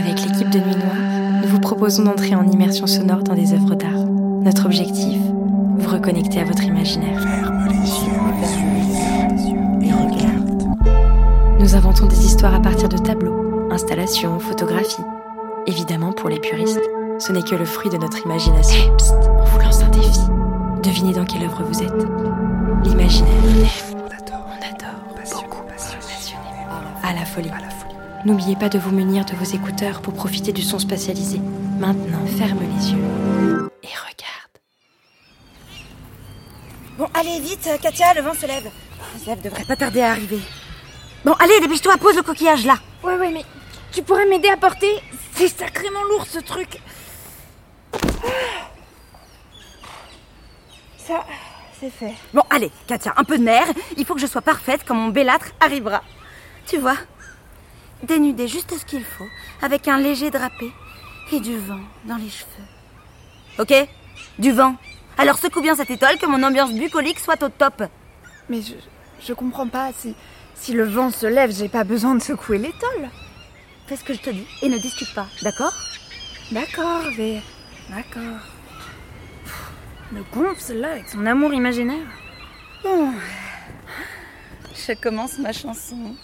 Avec l'équipe de Nuit Noire, nous vous proposons d'entrer en immersion sonore dans des œuvres d'art. Notre objectif, vous reconnecter à votre imaginaire. Ferme les yeux et regarde. Nous inventons des histoires à partir de tableaux, installations, photographies. Évidemment, pour les puristes, ce n'est que le fruit de notre imagination. Hey, psst, on vous lance un défi. Devinez dans quelle œuvre vous êtes. L'imaginaire. On adore Beaucoup. passionné. À la folie. N'oubliez pas de vous munir de vos écouteurs pour profiter du son spatialisé. Maintenant, ferme les yeux et regarde. Bon, allez, vite, Katia, le vent se lève. Zef devrait pas tarder à arriver. Bon, allez, dépêche-toi, pose le coquillage là. Ouais, mais tu pourrais m'aider à porter? C'est sacrément lourd ce truc. Ça, c'est fait. Bon, allez, Katia, un peu de nerfs. Il faut que je sois parfaite quand mon bellâtre arrivera. Tu vois, dénudée juste ce qu'il faut, avec un léger drapé et du vent dans les cheveux. Ok? Du vent. Alors secoue bien cette étole, que mon ambiance bucolique soit au top. Mais je comprends pas. Si le vent se lève, j'ai pas besoin de secouer l'étole. Fais ce que je te dis et ne discute pas, d'accord? D'accord, mais... D'accord. Me gonfle celle-là avec son amour imaginaire. Bon, je commence ma chanson.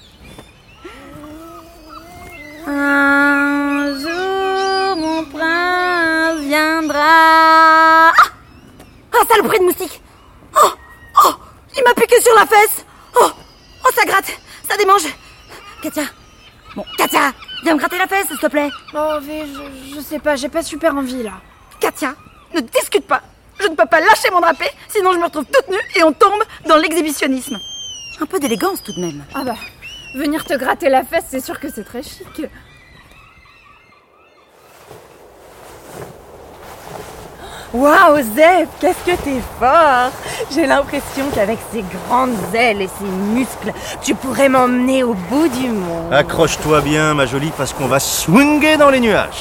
Un jour, mon prince viendra. Ah, saloperie de moustique. Oh, il m'a piqué sur la fesse. Oh, ça gratte, ça démange. Katia, viens me gratter la fesse, s'il te plaît. Oh, mais je sais pas, j'ai pas super envie, là. Katia, ne discute pas. Je ne peux pas lâcher mon drapé, sinon je me retrouve toute nue et on tombe dans l'exhibitionnisme. Un peu d'élégance tout de même. Ah bah, venir te gratter la fesse, c'est sûr que c'est très chic. Waouh, Zef, qu'est-ce que t'es fort! J'ai l'impression qu'avec ces grandes ailes et ces muscles, tu pourrais m'emmener au bout du monde. Accroche-toi bien, ma jolie, parce qu'on va swinguer dans les nuages.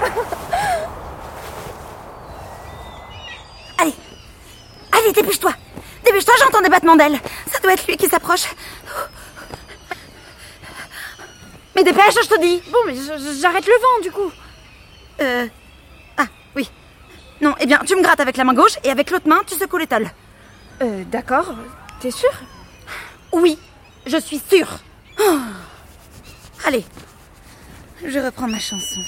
Allez, dépêche-toi, j'entends des battements d'ailes. Ça doit être lui qui s'approche. Mais dépêche, je te dis. Bon, mais j'arrête le vent, du coup. Ah, oui. Non, eh bien, tu me grattes avec la main gauche et avec l'autre main, tu secoues l'étole. D'accord, t'es sûre? Oui, je suis sûre. Oh. Allez, je reprends ma chanson.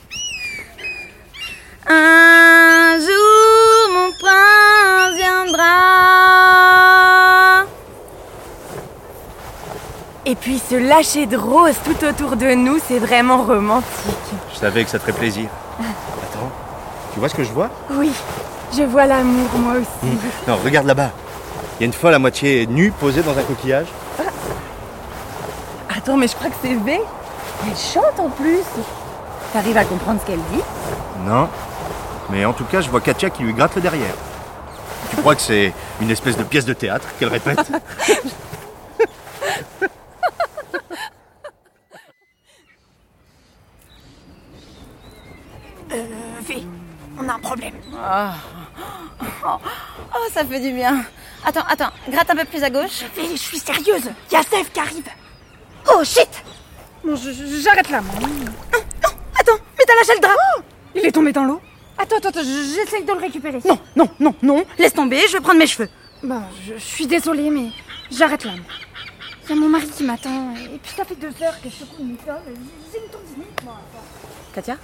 Un jour, mon prince viendra. Et puis ce lâcher de roses tout autour de nous, c'est vraiment romantique. Je savais que ça te ferait plaisir. Attends, tu vois ce que je vois? Oui, je vois l'amour, moi aussi. Non, regarde là-bas. Il y a une folle à moitié nue posée dans un coquillage. Attends, mais je crois que c'est V. Elle chante en plus. T'arrives à comprendre ce qu'elle dit? Non, mais en tout cas, je vois Katia qui lui gratte le derrière. Tu crois que c'est une espèce de pièce de théâtre qu'elle répète? V, on a un problème. Oh, ça fait du bien. Attends, gratte un peu plus à gauche. V, je suis sérieuse. Y'a Zef qui arrive. Oh, shit. Bon, j'arrête là, moi. Non, attends, mais t'as lâché le drap. Il est tombé dans l'eau. Attends, j'essaye de le récupérer. Non, laisse tomber, je vais prendre mes cheveux. Bah, je suis désolée, mais j'arrête là. Il y a mon mari qui m'attend, et puis ça fait 2 heures que je secoue une étole. J'ai une tendinite, moi. Katia,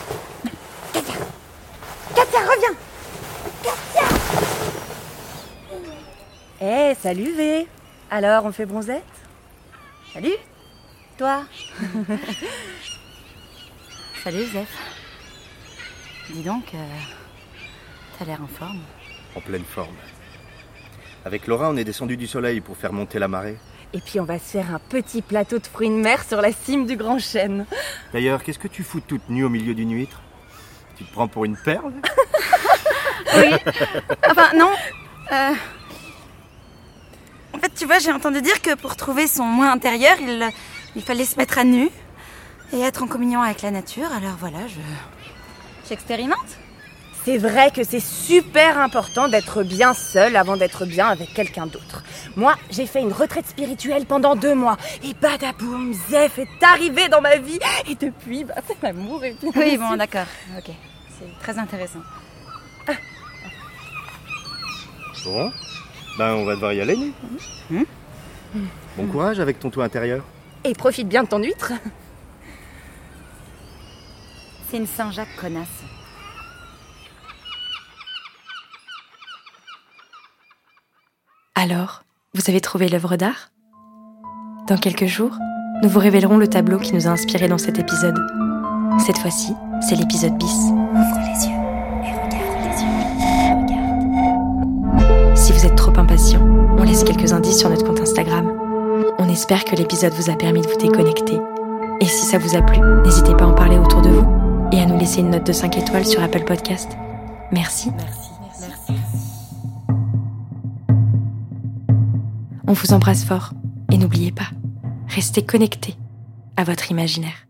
reviens. Eh, salut V. Alors, on fait bronzette? Salut, toi. Salut, Zef. Dis donc, t'as l'air en forme. En pleine forme. Avec Laura, on est descendu du soleil pour faire monter la marée. Et puis on va se faire un petit plateau de fruits de mer sur la cime du Grand Chêne. D'ailleurs, qu'est-ce que tu fous toute nue au milieu d'une huître? Tu te prends pour une perle? Oui. Enfin, non. En fait, tu vois, j'ai entendu dire que pour trouver son moi intérieur, il fallait se mettre à nu et être en communion avec la nature. Alors voilà, j'expérimente. C'est vrai que c'est super important d'être bien seul avant d'être bien avec quelqu'un d'autre. Moi, j'ai fait une retraite spirituelle pendant 2 mois. Et badaboum, Zef est arrivé dans ma vie. Et depuis, c'est l'amour. Et puis Oui, bon, d'accord. Ok, c'est très intéressant. Bon, on va devoir y aller, nous. Bon courage avec ton toit intérieur. Et profite bien de ton huître. C'est une Saint-Jacques connasse. Alors, vous avez trouvé l'œuvre d'art ? Dans quelques jours, nous vous révélerons le tableau qui nous a inspiré dans cet épisode. Cette fois-ci, c'est l'épisode bis. Ouvre les yeux et regarde les yeux. Regarde. Si vous êtes trop impatient, on laisse quelques indices sur notre compte Instagram. On espère que l'épisode vous a permis de vous déconnecter. Et si ça vous a plu, n'hésitez pas à en parler autour de vous et à nous laisser une note de 5 étoiles sur Apple Podcast. Merci. On vous embrasse fort et n'oubliez pas, restez connectés à votre imaginaire.